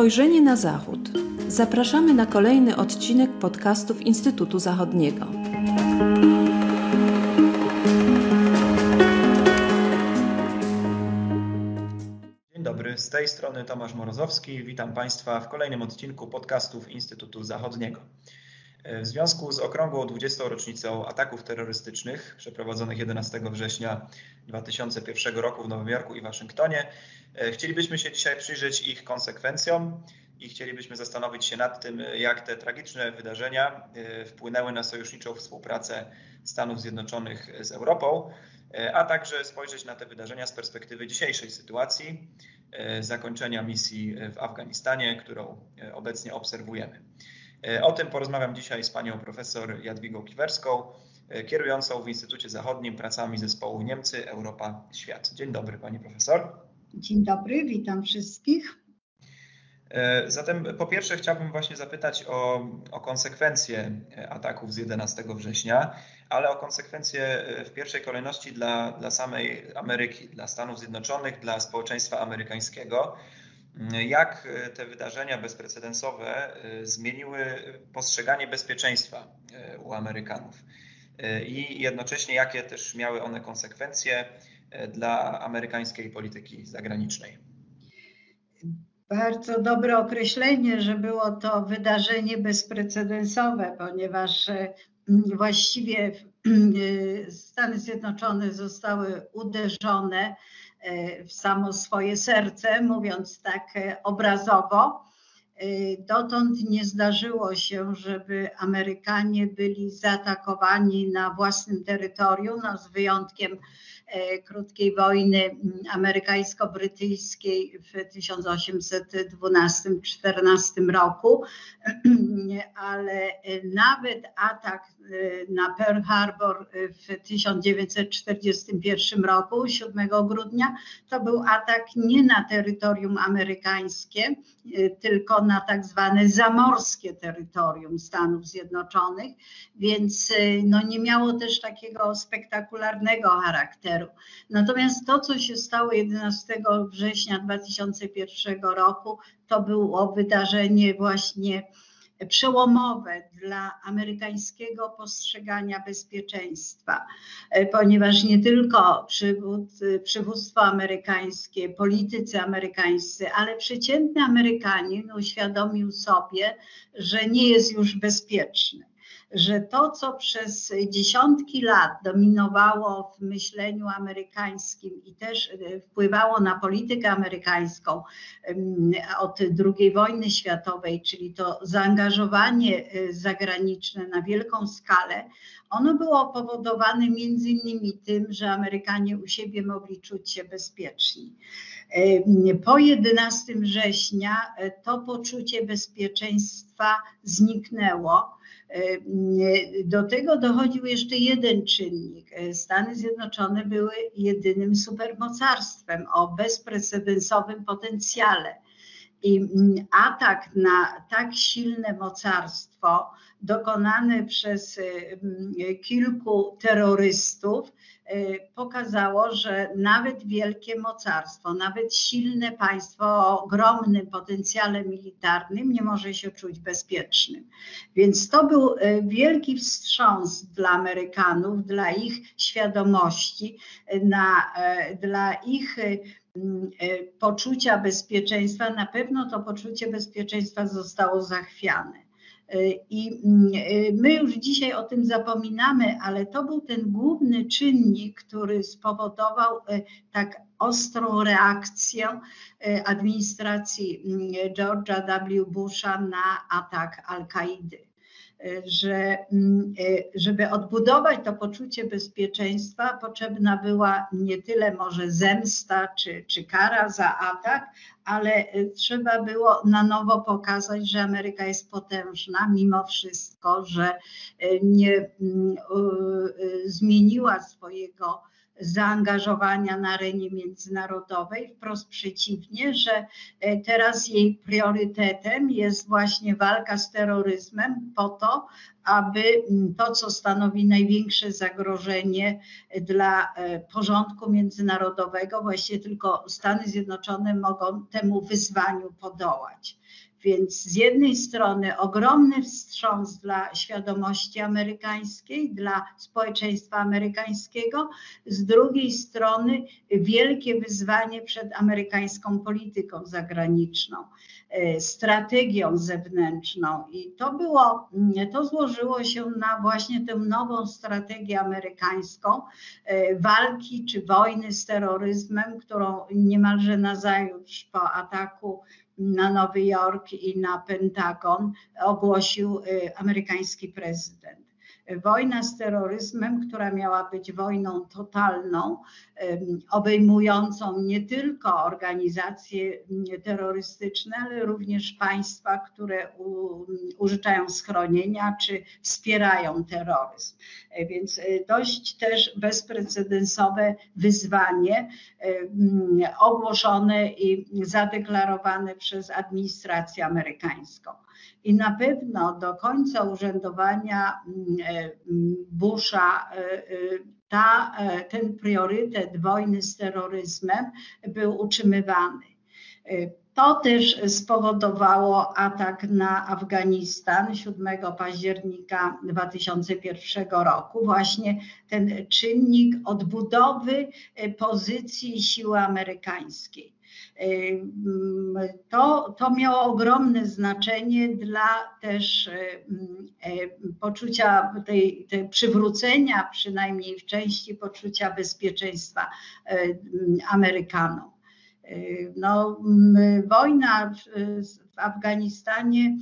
Spojrzenie na Zachód. Zapraszamy na kolejny odcinek podcastów Instytutu Zachodniego. Dzień dobry, z tej strony Tomasz Morozowski. Witam Państwa w kolejnym odcinku podcastów Instytutu Zachodniego. W związku z okrągłą 20. rocznicą ataków terrorystycznych przeprowadzonych 11 września 2001 roku w Nowym Jorku i Waszyngtonie, chcielibyśmy się dzisiaj przyjrzeć ich konsekwencjom i chcielibyśmy zastanowić się nad tym, jak te tragiczne wydarzenia wpłynęły na sojuszniczą współpracę Stanów Zjednoczonych z Europą, a także spojrzeć na te wydarzenia z perspektywy dzisiejszej sytuacji, zakończenia misji w Afganistanie, którą obecnie obserwujemy. O tym porozmawiam dzisiaj z panią profesor Jadwigą Kiwerską, kierującą w Instytucie Zachodnim pracami zespołu Niemcy, Europa, Świat. Dzień dobry pani profesor. Dzień dobry, witam wszystkich. Zatem po pierwsze chciałbym właśnie zapytać o konsekwencje ataków z 11 września, ale o konsekwencje w pierwszej kolejności dla samej Ameryki, dla Stanów Zjednoczonych, dla społeczeństwa amerykańskiego. Jak te wydarzenia bezprecedensowe zmieniły postrzeganie bezpieczeństwa u Amerykanów i jednocześnie jakie też miały one konsekwencje dla amerykańskiej polityki zagranicznej? Bardzo dobre określenie, że było to wydarzenie bezprecedensowe, ponieważ właściwie Stany Zjednoczone zostały uderzone w samo swoje serce, mówiąc tak obrazowo. Dotąd nie zdarzyło się, żeby Amerykanie byli zaatakowani na własnym terytorium, z wyjątkiem krótkiej wojny amerykańsko-brytyjskiej w 1812-14 roku, ale nawet atak na Pearl Harbor w 1941 roku, 7 grudnia, to był atak nie na terytorium amerykańskie, tylko na tak zwane zamorskie terytorium Stanów Zjednoczonych, więc nie miało też takiego spektakularnego charakteru. Natomiast to, co się stało 11 września 2001 roku, to było wydarzenie właśnie przełomowe dla amerykańskiego postrzegania bezpieczeństwa, ponieważ nie tylko przywództwo amerykańskie, politycy amerykańscy, ale przeciętny Amerykanin uświadomił sobie, że nie jest już bezpieczny. Że to, co przez dziesiątki lat dominowało w myśleniu amerykańskim i też wpływało na politykę amerykańską od II wojny światowej, czyli to zaangażowanie zagraniczne na wielką skalę, ono było powodowane między innymi tym, że Amerykanie u siebie mogli czuć się bezpieczni. Po 11 września to poczucie bezpieczeństwa zniknęło. Do tego dochodził jeszcze jeden czynnik. Stany Zjednoczone były jedynym supermocarstwem o bezprecedensowym potencjale. I atak na tak silne mocarstwo dokonany przez kilku terrorystów pokazało, że nawet wielkie mocarstwo, nawet silne państwo o ogromnym potencjale militarnym nie może się czuć bezpiecznym. Więc to był wielki wstrząs dla Amerykanów, dla ich świadomości, dla ich poczucia bezpieczeństwa. Na pewno to poczucie bezpieczeństwa zostało zachwiane. I my już dzisiaj o tym zapominamy, ale to był ten główny czynnik, który spowodował tak ostrą reakcję administracji George'a W. Busha na atak Al-Kaidy. Że żeby odbudować to poczucie bezpieczeństwa, potrzebna była nie tyle może zemsta czy kara za atak, ale trzeba było na nowo pokazać, że Ameryka jest potężna mimo wszystko, że nie zmieniła swojego zaangażowania na arenie międzynarodowej. Wprost przeciwnie, że teraz jej priorytetem jest właśnie walka z terroryzmem po to, aby to, co stanowi największe zagrożenie dla porządku międzynarodowego, właściwie tylko Stany Zjednoczone mogą temu wyzwaniu podołać. Więc z jednej strony ogromny wstrząs dla świadomości amerykańskiej, dla społeczeństwa amerykańskiego, z drugiej strony wielkie wyzwanie przed amerykańską polityką zagraniczną, strategią zewnętrzną i to złożyło się na właśnie tę nową strategię amerykańską walki czy wojny z terroryzmem, którą niemalże nazajutrz po ataku na Nowy Jork i na Pentagon ogłosił amerykański prezydent. Wojna z terroryzmem, która miała być wojną totalną, obejmującą nie tylko organizacje terrorystyczne, ale również państwa, które użyczają schronienia czy wspierają terroryzm. Więc dość też bezprecedensowe wyzwanie ogłoszone i zadeklarowane przez administrację amerykańską. I na pewno do końca urzędowania Busha ten priorytet wojny z terroryzmem był utrzymywany. To też spowodowało atak na Afganistan 7 października 2001 roku. Właśnie ten czynnik odbudowy pozycji siły amerykańskiej. To miało ogromne znaczenie dla też poczucia tej przywrócenia, przynajmniej w części poczucia bezpieczeństwa Amerykanom. Wojna w Afganistanie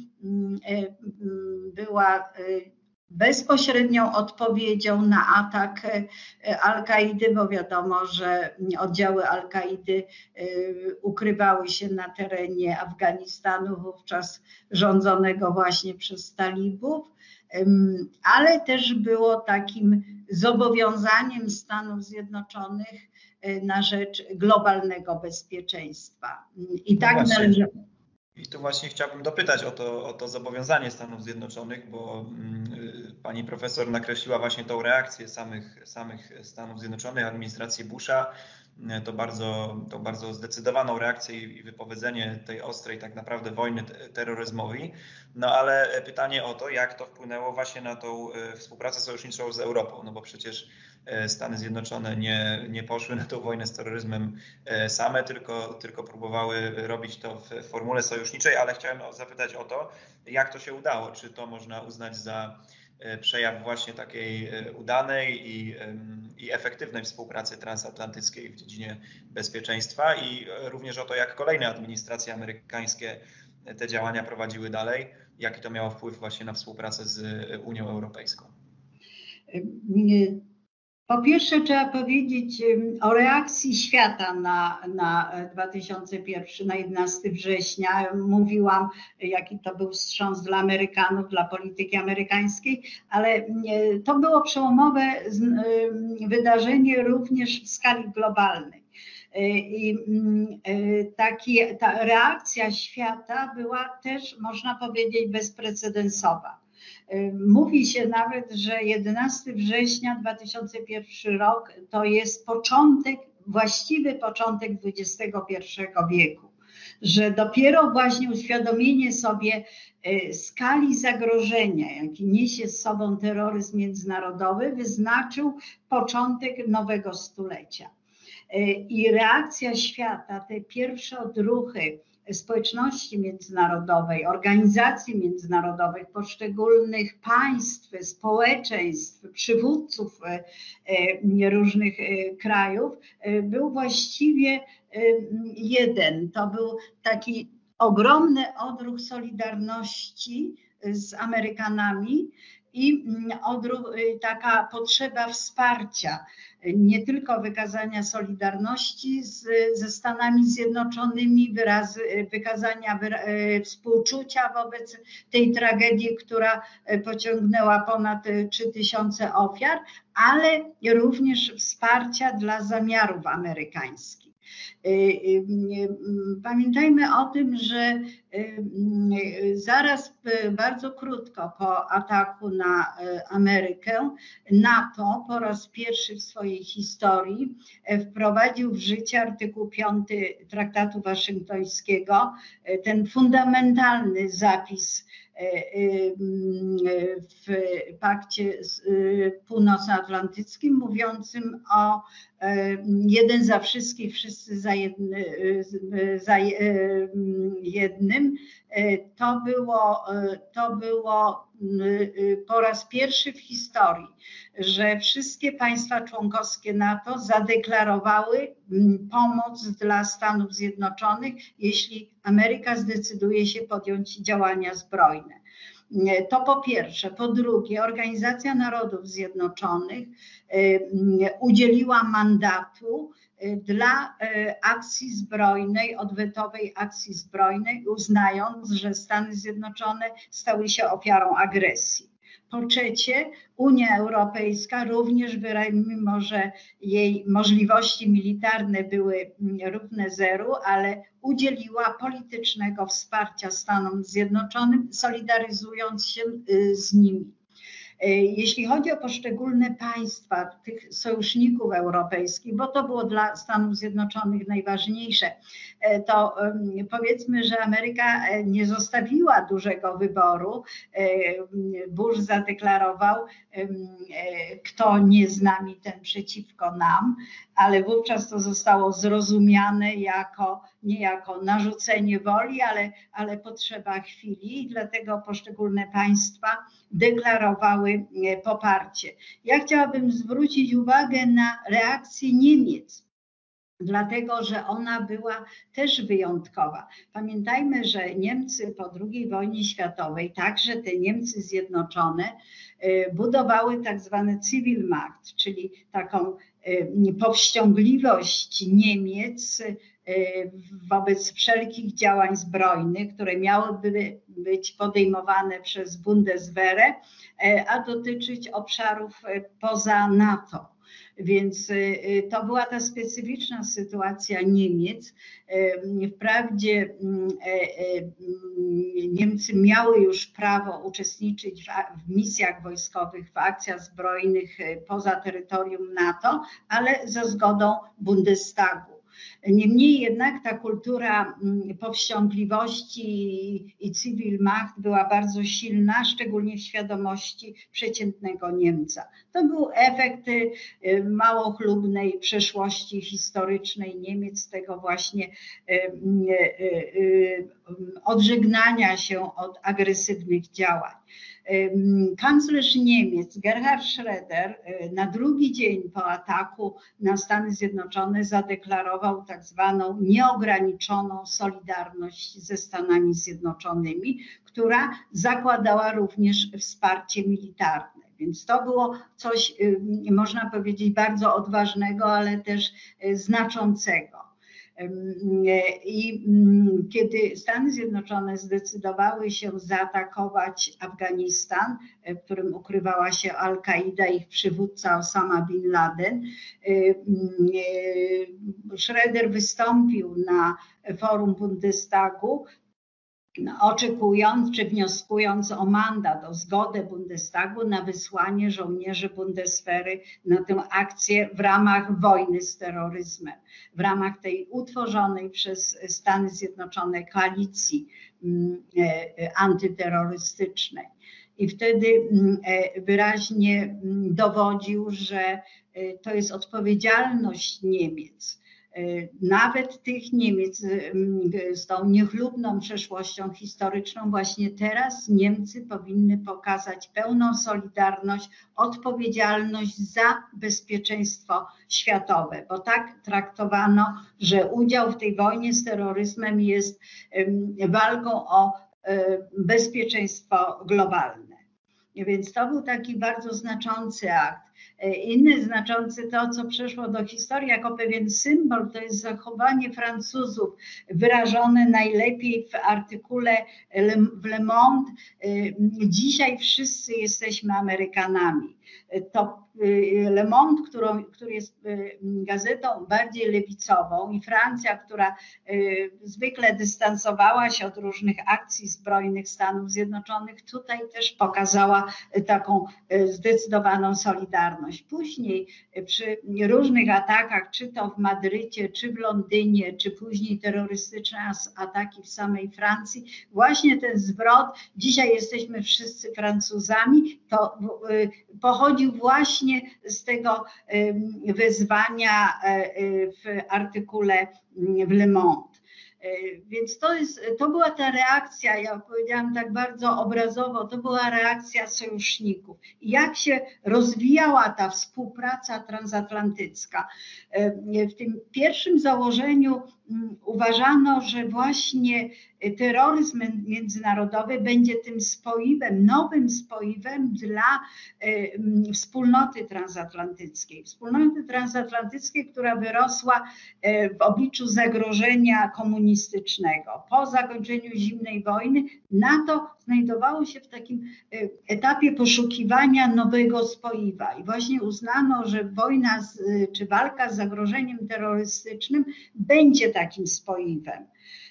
była bezpośrednią odpowiedzią na atak Al-Kaidy, bo wiadomo, że oddziały Al-Kaidy ukrywały się na terenie Afganistanu, wówczas rządzonego właśnie przez talibów, ale też było takim zobowiązaniem Stanów Zjednoczonych na rzecz globalnego bezpieczeństwa. I tak należy. I tu właśnie chciałbym dopytać o to zobowiązanie Stanów Zjednoczonych, bo pani profesor nakreśliła właśnie tą reakcję samych Stanów Zjednoczonych, administracji Busha, to bardzo zdecydowaną reakcję i wypowiedzenie tej ostrej tak naprawdę wojny terroryzmowi. No ale pytanie o to, jak to wpłynęło właśnie na tą współpracę sojuszniczą z Europą, no bo przecież Stany Zjednoczone nie poszły na tą wojnę z terroryzmem same, tylko próbowały robić to w formule sojuszniczej, ale chciałem zapytać o to, jak to się udało, czy to można uznać za przejaw właśnie takiej udanej i efektywnej współpracy transatlantyckiej w dziedzinie bezpieczeństwa i również o to, jak kolejne administracje amerykańskie te działania prowadziły dalej, jaki to miało wpływ właśnie na współpracę z Unią Europejską. Po pierwsze trzeba powiedzieć o reakcji świata na 2001, na 11 września. Mówiłam, jaki to był wstrząs dla Amerykanów, dla polityki amerykańskiej, ale to było przełomowe wydarzenie również w skali globalnej. I ta reakcja świata była też, można powiedzieć, bezprecedensowa. Mówi się nawet, że 11 września 2001 rok to jest właściwy początek XXI wieku, że dopiero właśnie uświadomienie sobie skali zagrożenia, jaki niesie z sobą terroryzm międzynarodowy, wyznaczył początek nowego stulecia. I reakcja świata, te pierwsze odruchy społeczności międzynarodowej, organizacji międzynarodowych, poszczególnych państw, społeczeństw, przywódców różnych krajów był właściwie jeden. To był taki ogromny odruch solidarności z Amerykanami i taka potrzeba wsparcia, nie tylko wykazania solidarności ze Stanami Zjednoczonymi, wykazania współczucia wobec tej tragedii, która pociągnęła ponad 3000 ofiar, ale również wsparcia dla zamiarów amerykańskich. Pamiętajmy o tym, że zaraz, bardzo krótko po ataku na Amerykę, NATO po raz pierwszy w swojej historii wprowadził w życie artykuł 5 Traktatu Waszyngtońskiego, ten fundamentalny zapis w pakcie północnoatlantyckim mówiącym o jeden za wszystkich, wszyscy za jednym. To było po raz pierwszy w historii, że wszystkie państwa członkowskie NATO zadeklarowały pomoc dla Stanów Zjednoczonych, jeśli Ameryka zdecyduje się podjąć działania zbrojne. To po pierwsze. Po drugie, Organizacja Narodów Zjednoczonych udzieliła mandatu dla akcji zbrojnej, odwetowej akcji zbrojnej, uznając, że Stany Zjednoczone stały się ofiarą agresji. Po trzecie, Unia Europejska również, mimo że jej możliwości militarne były równe zeru, ale udzieliła politycznego wsparcia Stanom Zjednoczonym, solidaryzując się z nimi. Jeśli chodzi o poszczególne państwa, tych sojuszników europejskich, bo to było dla Stanów Zjednoczonych najważniejsze, to powiedzmy, że Ameryka nie zostawiła dużego wyboru. Bush zadeklarował, kto nie z nami, ten przeciwko nam, ale wówczas to zostało zrozumiane nie jako narzucenie woli, ale potrzeba chwili i dlatego poszczególne państwa deklarowały poparcie. Ja chciałabym zwrócić uwagę na reakcję Niemiec, dlatego że ona była też wyjątkowa. Pamiętajmy, że Niemcy po II wojnie światowej, także te Niemcy Zjednoczone, budowały tak zwany Zivilmacht, czyli taką powściągliwość Niemiec wobec wszelkich działań zbrojnych, które miałyby być podejmowane przez Bundeswehrę, a dotyczyć obszarów poza NATO. Więc to była ta specyficzna sytuacja Niemiec. Wprawdzie Niemcy miały już prawo uczestniczyć w misjach wojskowych, w akcjach zbrojnych poza terytorium NATO, ale za zgodą Bundestagu. Niemniej jednak ta kultura powściągliwości i Zivilmacht była bardzo silna, szczególnie w świadomości przeciętnego Niemca. To był efekt mało chlubnej przeszłości historycznej Niemiec, tego właśnie odżegnania się od agresywnych działań. Kanclerz Niemiec Gerhard Schröder na drugi dzień po ataku na Stany Zjednoczone zadeklarował tak zwaną nieograniczoną solidarność ze Stanami Zjednoczonymi, która zakładała również wsparcie militarne. Więc to było coś, można powiedzieć, bardzo odważnego, ale też znaczącego. I kiedy Stany Zjednoczone zdecydowały się zaatakować Afganistan, w którym ukrywała się Al-Kaida, ich przywódca Osama Bin Laden, Schröder wystąpił na forum Bundestagu, oczekując czy wnioskując o mandat, o zgodę Bundestagu na wysłanie żołnierzy Bundeswehry na tę akcję w ramach wojny z terroryzmem, w ramach tej utworzonej przez Stany Zjednoczone koalicji antyterrorystycznej. I wtedy wyraźnie dowodził, że to jest odpowiedzialność Niemiec, nawet tych Niemiec z tą niechlubną przeszłością historyczną. Właśnie teraz Niemcy powinny pokazać pełną solidarność, odpowiedzialność za bezpieczeństwo światowe, bo tak traktowano, że udział w tej wojnie z terroryzmem jest walką o bezpieczeństwo globalne. Więc to był taki bardzo znaczący akt. Inny znaczący, to co przeszło do historii jako pewien symbol, to jest zachowanie Francuzów wyrażone najlepiej w artykule w Le Monde. Dzisiaj wszyscy jesteśmy Amerykanami. To Le Monde, który jest gazetą bardziej lewicową, i Francja, która zwykle dystansowała się od różnych akcji zbrojnych Stanów Zjednoczonych, tutaj też pokazała taką zdecydowaną solidarność. Później przy różnych atakach, czy to w Madrycie, czy w Londynie, czy później terrorystyczne ataki w samej Francji, właśnie ten zwrot, dzisiaj jesteśmy wszyscy Francuzami, to pochodził właśnie z tego wezwania w artykule w Le Monde. Więc to była ta reakcja, ja powiedziałam tak bardzo obrazowo, to była reakcja sojuszników. Jak się rozwijała ta współpraca transatlantycka. W tym pierwszym założeniu uważano, że właśnie terroryzm międzynarodowy będzie tym spoiwem, nowym spoiwem dla wspólnoty transatlantyckiej. Wspólnoty transatlantyckiej, która wyrosła w obliczu zagrożenia komunistycznego. Po zakończeniu zimnej wojny NATO znajdowało się w takim etapie poszukiwania nowego spoiwa i właśnie uznano, że wojna czy walka z zagrożeniem terrorystycznym będzie takim spoiwem.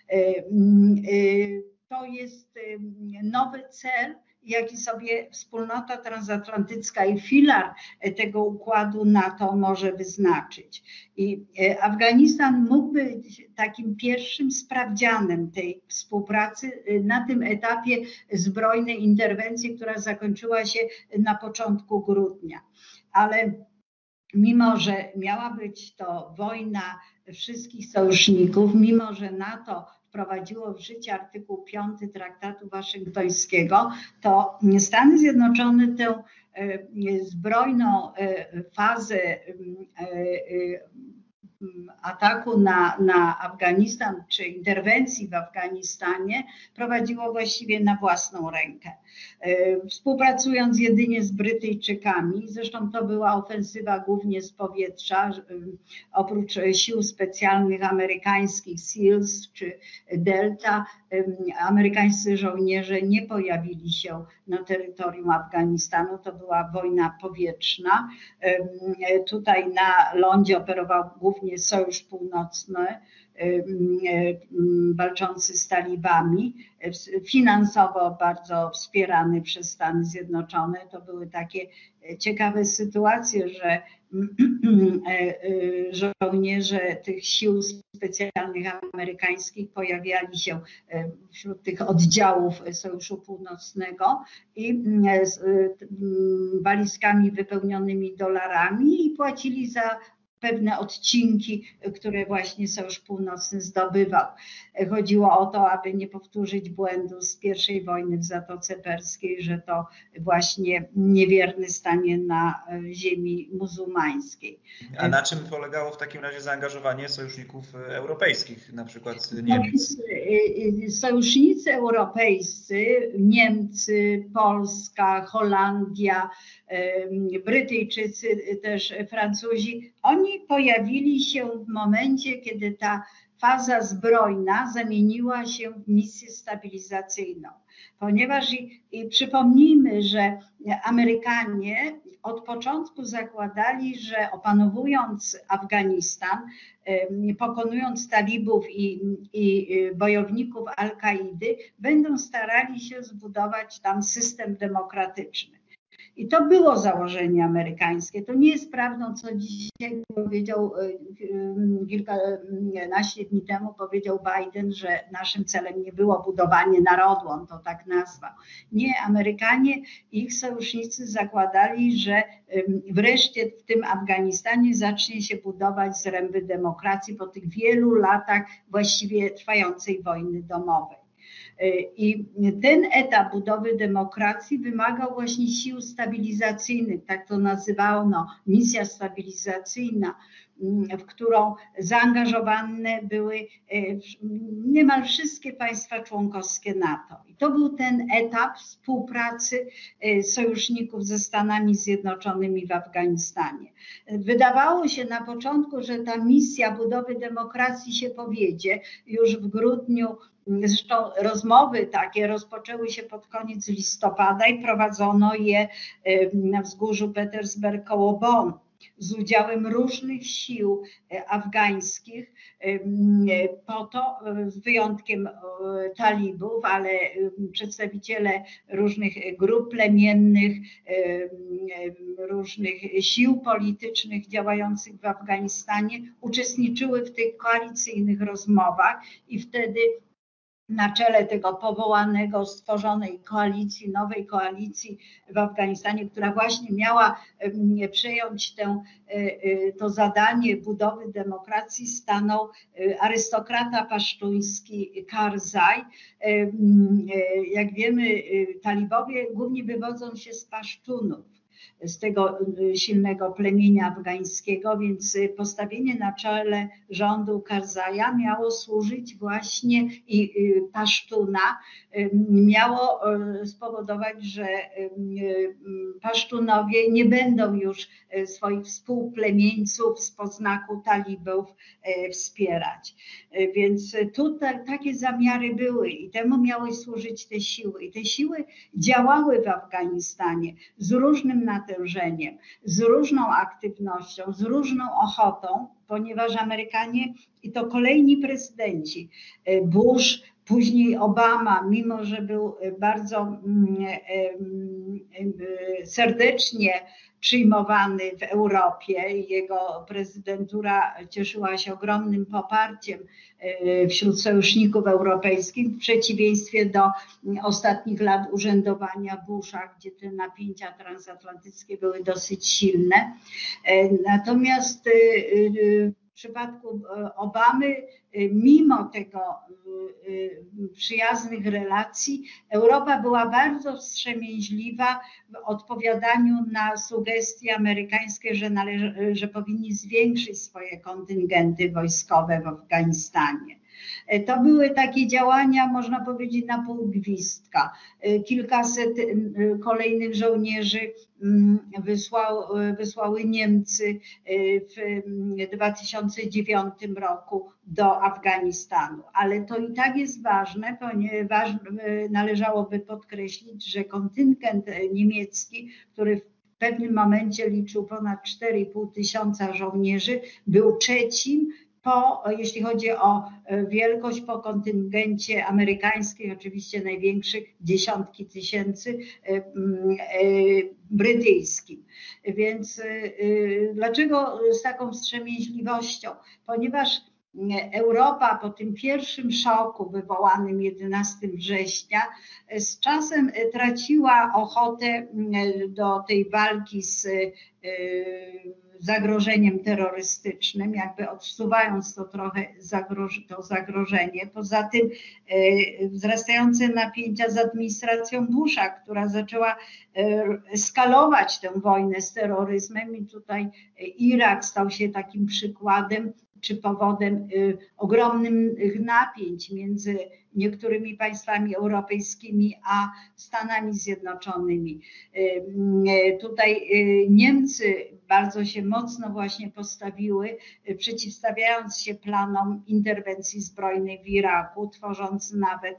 To jest nowy cel, jaki sobie wspólnota transatlantycka i filar tego układu NATO może wyznaczyć. I Afganistan mógł być takim pierwszym sprawdzianem tej współpracy na tym etapie zbrojnej interwencji, która zakończyła się na początku grudnia. Ale mimo że miała być to wojna wszystkich sojuszników, mimo że NATO wprowadziło w życie artykuł 5 Traktatu Waszyngtońskiego, to Stany Zjednoczone tę zbrojną fazę ataku na Afganistan czy interwencji w Afganistanie prowadziło właściwie na własną rękę. Współpracując jedynie z Brytyjczykami, zresztą to była ofensywa głównie z powietrza, oprócz sił specjalnych amerykańskich SEALs czy Delta, amerykańscy żołnierze nie pojawili się na terytorium Afganistanu, to była wojna powietrzna. Tutaj na lądzie operował głównie Sojusz Północny, walczący z talibami, finansowo bardzo wspierany przez Stany Zjednoczone. To były takie ciekawe sytuacje, że żołnierze tych sił specjalnych amerykańskich pojawiali się wśród tych oddziałów Sojuszu Północnego i z walizkami wypełnionymi dolarami i płacili za pewne odcinki, które właśnie Sojusz Północny zdobywał. Chodziło o to, aby nie powtórzyć błędu z I wojny w Zatoce Perskiej, że to właśnie niewierny stanie na ziemi muzułmańskiej. A na czym polegało w takim razie zaangażowanie sojuszników europejskich, na przykład Niemiec? Sojusznicy europejscy, Niemcy, Polska, Holandia, Brytyjczycy, też Francuzi, oni pojawili się w momencie, kiedy ta faza zbrojna zamieniła się w misję stabilizacyjną. Ponieważ i przypomnijmy, że Amerykanie od początku zakładali, że opanowując Afganistan, pokonując talibów i bojowników Al-Kaidy, będą starali się zbudować tam system demokratyczny. I to było założenie amerykańskie. To nie jest prawdą, co dzisiaj powiedział kilkanaście dni temu, powiedział Biden, że naszym celem nie było budowanie narodu, on to tak nazwał. Nie, Amerykanie i ich sojusznicy zakładali, że wreszcie w tym Afganistanie zacznie się budować zręby demokracji po tych wielu latach właściwie trwającej wojny domowej. I ten etap budowy demokracji wymagał właśnie sił stabilizacyjnych, tak to nazywano, misja stabilizacyjna, w którą zaangażowane były niemal wszystkie państwa członkowskie NATO. I to był ten etap współpracy sojuszników ze Stanami Zjednoczonymi w Afganistanie. Wydawało się na początku, że ta misja budowy demokracji się powiedzie już w grudniu. Zresztą rozmowy takie rozpoczęły się pod koniec listopada i prowadzono je na wzgórzu Petersberg koło Bonn z udziałem różnych sił afgańskich, po to, z wyjątkiem talibów, ale przedstawiciele różnych grup plemiennych, różnych sił politycznych działających w Afganistanie uczestniczyły w tych koalicyjnych rozmowach i wtedy na czele tego powołanego, stworzonej koalicji, nowej koalicji w Afganistanie, która właśnie miała przejąć to zadanie budowy demokracji, stanął arystokrata pasztuński Karzai. Jak wiemy, talibowie głównie wywodzą się z Pasztunów, z tego silnego plemienia afgańskiego, więc postawienie na czele rządu Karzaja miało służyć właśnie i Pasztuna, miało spowodować, że Pasztunowie nie będą już swoich współplemieńców z poznaku talibów wspierać. Więc tutaj takie zamiary były i temu miały służyć te siły. I te siły działały w Afganistanie z różnym natężeniem, z różną aktywnością, z różną ochotą, ponieważ Amerykanie i to kolejni prezydenci, Bush, później Obama, mimo że był bardzo serdecznie przyjmowany w Europie, jego prezydentura cieszyła się ogromnym poparciem wśród sojuszników europejskich, w przeciwieństwie do ostatnich lat urzędowania Busha, gdzie te napięcia transatlantyckie były dosyć silne. Natomiast w przypadku Obamy, mimo tego przyjaznych relacji, Europa była bardzo wstrzemięźliwa w odpowiadaniu na sugestie amerykańskie, że powinni zwiększyć swoje kontyngenty wojskowe w Afganistanie. To były takie działania, można powiedzieć, na pół gwizdka. Kilkaset kolejnych żołnierzy wysłały Niemcy w 2009 roku do Afganistanu. Ale to i tak jest ważne, ponieważ należałoby podkreślić, że kontyngent niemiecki, który w pewnym momencie liczył ponad 4,5 tysiąca żołnierzy, był trzecim, jeśli chodzi o wielkość, po kontyngencie amerykańskim, oczywiście największych, dziesiątki tysięcy, brytyjskim. Więc dlaczego z taką wstrzemięźliwością? Ponieważ Europa po tym pierwszym szoku wywołanym 11 września z czasem traciła ochotę do tej walki z zagrożeniem terrorystycznym, jakby odsuwając to trochę to zagrożenie. Poza tym wzrastające napięcia z administracją Busha, która zaczęła eskalować tę wojnę z terroryzmem i tutaj Irak stał się takim przykładem czy powodem ogromnych napięć między niektórymi państwami europejskimi a Stanami Zjednoczonymi. Tutaj Niemcy bardzo się mocno właśnie postawiły, przeciwstawiając się planom interwencji zbrojnej w Iraku, tworząc nawet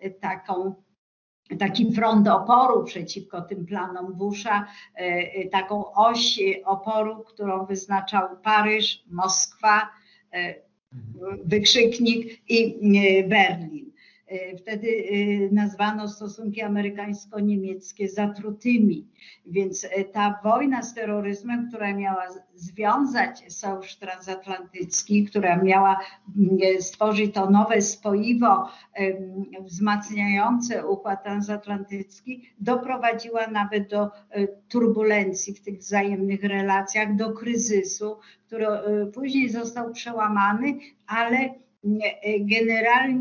taki front oporu przeciwko tym planom Busha, taką oś oporu, którą wyznaczał Paryż, Moskwa, wykrzyknik i Berlin. Wtedy nazwano stosunki amerykańsko-niemieckie zatrutymi, więc ta wojna z terroryzmem, która miała związać sojusz transatlantycki, która miała stworzyć to nowe spoiwo wzmacniające układ transatlantycki, doprowadziła nawet do turbulencji w tych wzajemnych relacjach, do kryzysu, który później został przełamany, ale generalnie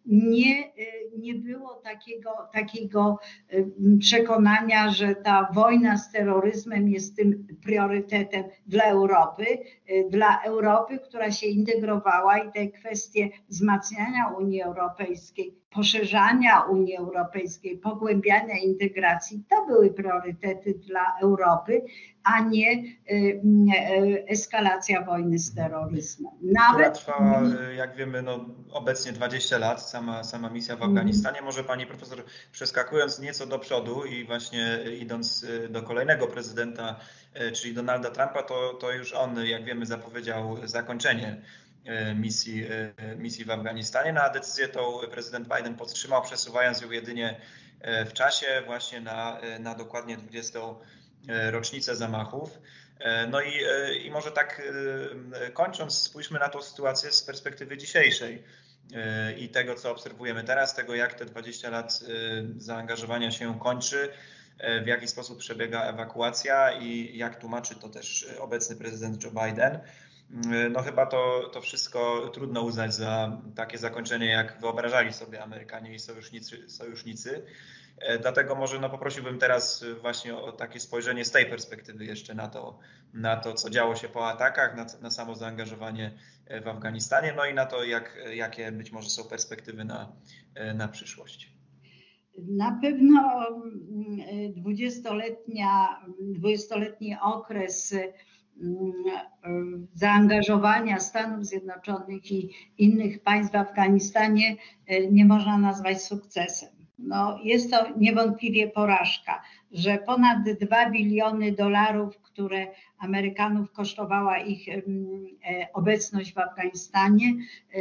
nie było takiego przekonania, że ta wojna z terroryzmem jest tym priorytetem dla Europy, która się integrowała i te kwestie wzmacniania Unii Europejskiej, poszerzania Unii Europejskiej, pogłębiania integracji, to były priorytety dla Europy, a nie eskalacja wojny z terroryzmem. Która trwa, jak wiemy, obecnie 20 lat, sama misja w Afganistanie. Może pani profesor, przeskakując nieco do przodu i właśnie idąc do kolejnego prezydenta, czyli Donalda Trumpa, to już on, jak wiemy, zapowiedział zakończenie misji w Afganistanie, a decyzję tą prezydent Biden podtrzymał, przesuwając ją jedynie w czasie właśnie na dokładnie 20. rocznicę zamachów. No i może tak kończąc, spójrzmy na tą sytuację z perspektywy dzisiejszej i tego, co obserwujemy teraz, tego, jak te 20 lat zaangażowania się kończy, w jaki sposób przebiega ewakuacja i jak tłumaczy to też obecny prezydent Joe Biden. No chyba to wszystko trudno uznać za takie zakończenie, jak wyobrażali sobie Amerykanie i sojusznicy. Dlatego może poprosiłbym teraz właśnie o takie spojrzenie z tej perspektywy jeszcze na to, co działo się po atakach, na samo zaangażowanie w Afganistanie, no i na to, jakie być może są perspektywy na przyszłość. Na pewno 20-letni okres zaangażowania Stanów Zjednoczonych i innych państw w Afganistanie nie można nazwać sukcesem. No, jest to niewątpliwie porażka, że ponad $2 biliony, które Amerykanów kosztowała ich obecność w Afganistanie,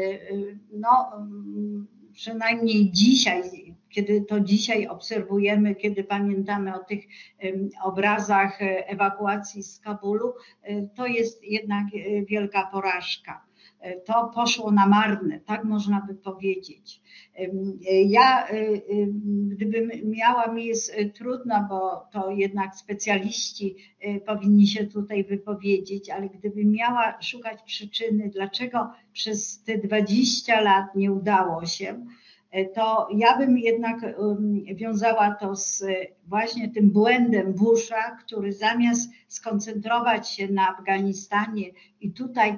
przynajmniej dzisiaj, kiedy to dzisiaj obserwujemy, kiedy pamiętamy o tych obrazach ewakuacji z Kabulu, to jest jednak wielka porażka. To poszło na marne, tak można by powiedzieć. Ja, gdybym miała, mi jest trudno, bo to jednak specjaliści powinni się tutaj wypowiedzieć, ale gdybym miała szukać przyczyny, dlaczego przez te 20 lat nie udało się, to ja bym jednak wiązała to z właśnie tym błędem Busha, który zamiast skoncentrować się na Afganistanie i tutaj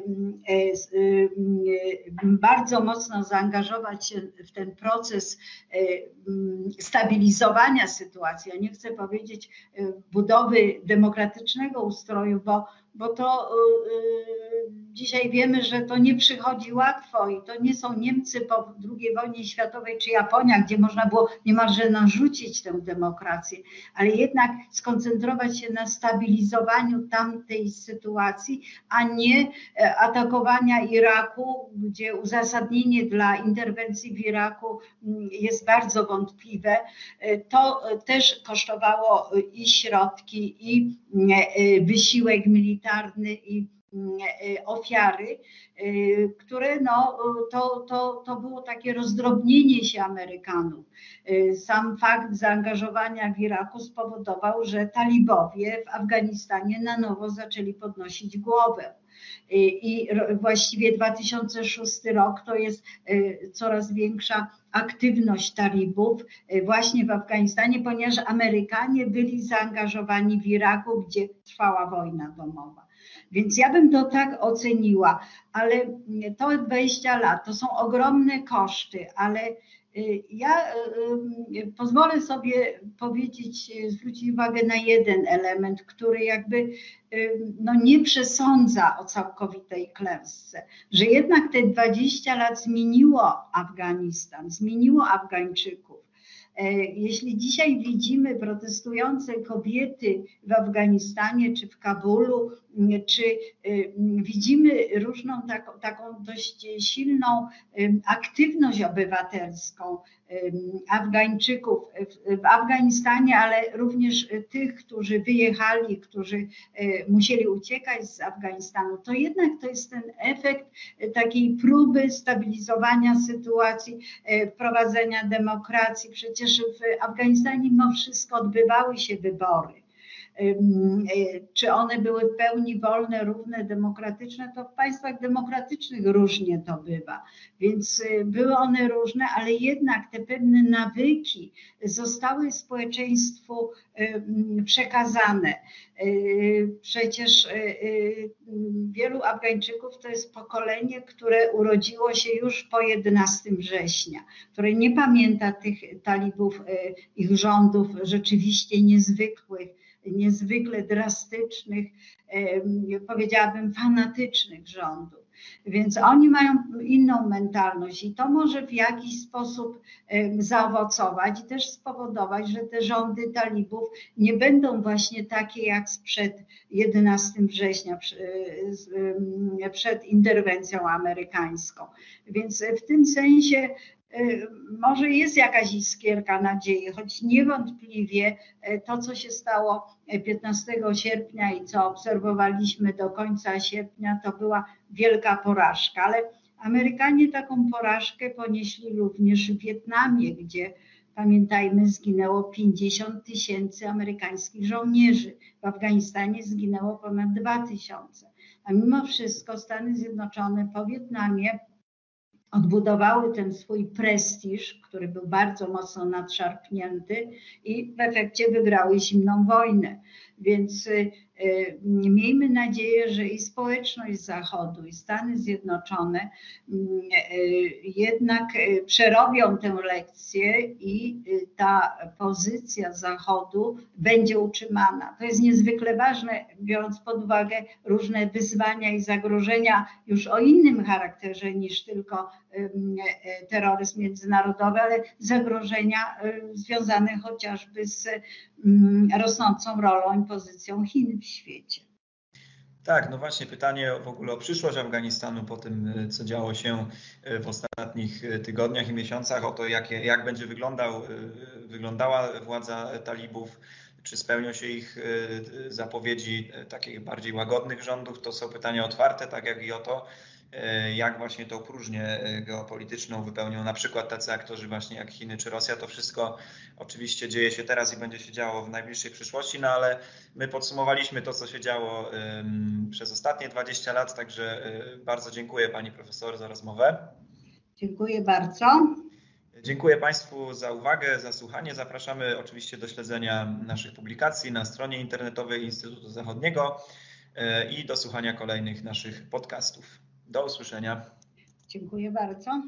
bardzo mocno zaangażować się w ten proces stabilizowania sytuacji, ja nie chcę powiedzieć budowy demokratycznego ustroju, bo to dzisiaj wiemy, że to nie przychodzi łatwo i to nie są Niemcy po II wojnie światowej czy Japonia, gdzie można było niemalże narzucić tę demokrację, ale jednak skoncentrować się na stabilizowaniu tamtej sytuacji, a nie atakowania Iraku, gdzie uzasadnienie dla interwencji w Iraku jest bardzo wątpliwe. To też kosztowało i środki, i wysiłek militarny, i ofiary, które to było takie rozdrobnienie się Amerykanów. Sam fakt zaangażowania w Iraku spowodował, że talibowie w Afganistanie na nowo zaczęli podnosić głowę. I właściwie 2006 rok to jest coraz większa aktywność talibów właśnie w Afganistanie, ponieważ Amerykanie byli zaangażowani w Iraku, gdzie trwała wojna domowa. Więc ja bym to tak oceniła, ale to 20 lat to są ogromne koszty, ale ja pozwolę sobie powiedzieć, zwrócić uwagę na jeden element, który jakby nie przesądza o całkowitej klęsce, że jednak te 20 lat zmieniło Afganistan, zmieniło Afgańczyków. Jeśli dzisiaj widzimy protestujące kobiety w Afganistanie czy w Kabulu, czy widzimy różną taką dość silną aktywność obywatelską Afgańczyków w Afganistanie, ale również tych, którzy wyjechali, którzy musieli uciekać z Afganistanu, to jednak to jest ten efekt takiej próby stabilizowania sytuacji, wprowadzenia demokracji. Przecież w Afganistanie mimo wszystko odbywały się wybory. czy one były w pełni wolne, równe, demokratyczne, to w państwach demokratycznych różnie to bywa. Więc były one różne, ale jednak te pewne nawyki zostały społeczeństwu przekazane. Przecież wielu Afgańczyków to jest pokolenie, które urodziło się już po 11 września, które nie pamięta tych talibów, ich rządów rzeczywiście niezwykle drastycznych, powiedziałabym fanatycznych rządów. Więc oni mają inną mentalność i to może w jakiś sposób zaowocować i też spowodować, że te rządy talibów nie będą właśnie takie jak sprzed 11 września, przed interwencją amerykańską. Więc w tym sensie może jest jakaś iskierka nadziei, choć niewątpliwie to, co się stało 15 sierpnia i co obserwowaliśmy do końca sierpnia, to była wielka porażka, ale Amerykanie taką porażkę ponieśli również w Wietnamie, gdzie pamiętajmy, zginęło 50 000 amerykańskich żołnierzy. W Afganistanie zginęło ponad 2000. A mimo wszystko Stany Zjednoczone po Wietnamie odbudowały ten swój prestiż, który był bardzo mocno nadszarpnięty i w efekcie wygrały zimną wojnę. Więc miejmy nadzieję, że i społeczność Zachodu, i Stany Zjednoczone jednak przerobią tę lekcję i ta pozycja Zachodu będzie utrzymana. To jest niezwykle ważne, biorąc pod uwagę różne wyzwania i zagrożenia już o innym charakterze niż tylko terroryzm międzynarodowy, ale zagrożenia związane chociażby z rosnącą rolą i pozycją Chin w świecie. Tak, no właśnie pytanie w ogóle o przyszłość Afganistanu po tym, co działo się w ostatnich tygodniach i miesiącach, o to jak będzie wyglądała władza talibów, czy spełnią się ich zapowiedzi takich bardziej łagodnych rządów, to są pytania otwarte, tak jak i o to, jak właśnie tą próżnię geopolityczną wypełnią na przykład tacy aktorzy właśnie jak Chiny czy Rosja. To wszystko oczywiście dzieje się teraz i będzie się działo w najbliższej przyszłości, no ale my podsumowaliśmy to, co się działo przez ostatnie 20 lat, także bardzo dziękuję pani profesor za rozmowę. Dziękuję bardzo. Dziękuję Państwu za uwagę, za słuchanie. Zapraszamy oczywiście do śledzenia naszych publikacji na stronie internetowej Instytutu Zachodniego i do słuchania kolejnych naszych podcastów. Do usłyszenia. Dziękuję bardzo.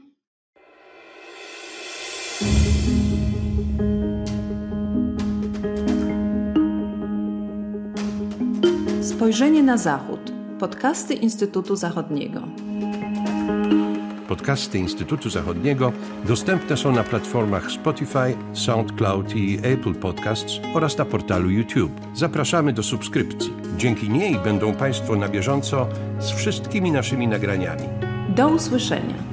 Spojrzenie na Zachód. Podcasty Instytutu Zachodniego. Podcasty Instytutu Zachodniego dostępne są na platformach Spotify, SoundCloud i Apple Podcasts oraz na portalu YouTube. Zapraszamy do subskrypcji. Dzięki niej będą Państwo na bieżąco z wszystkimi naszymi nagraniami. Do usłyszenia.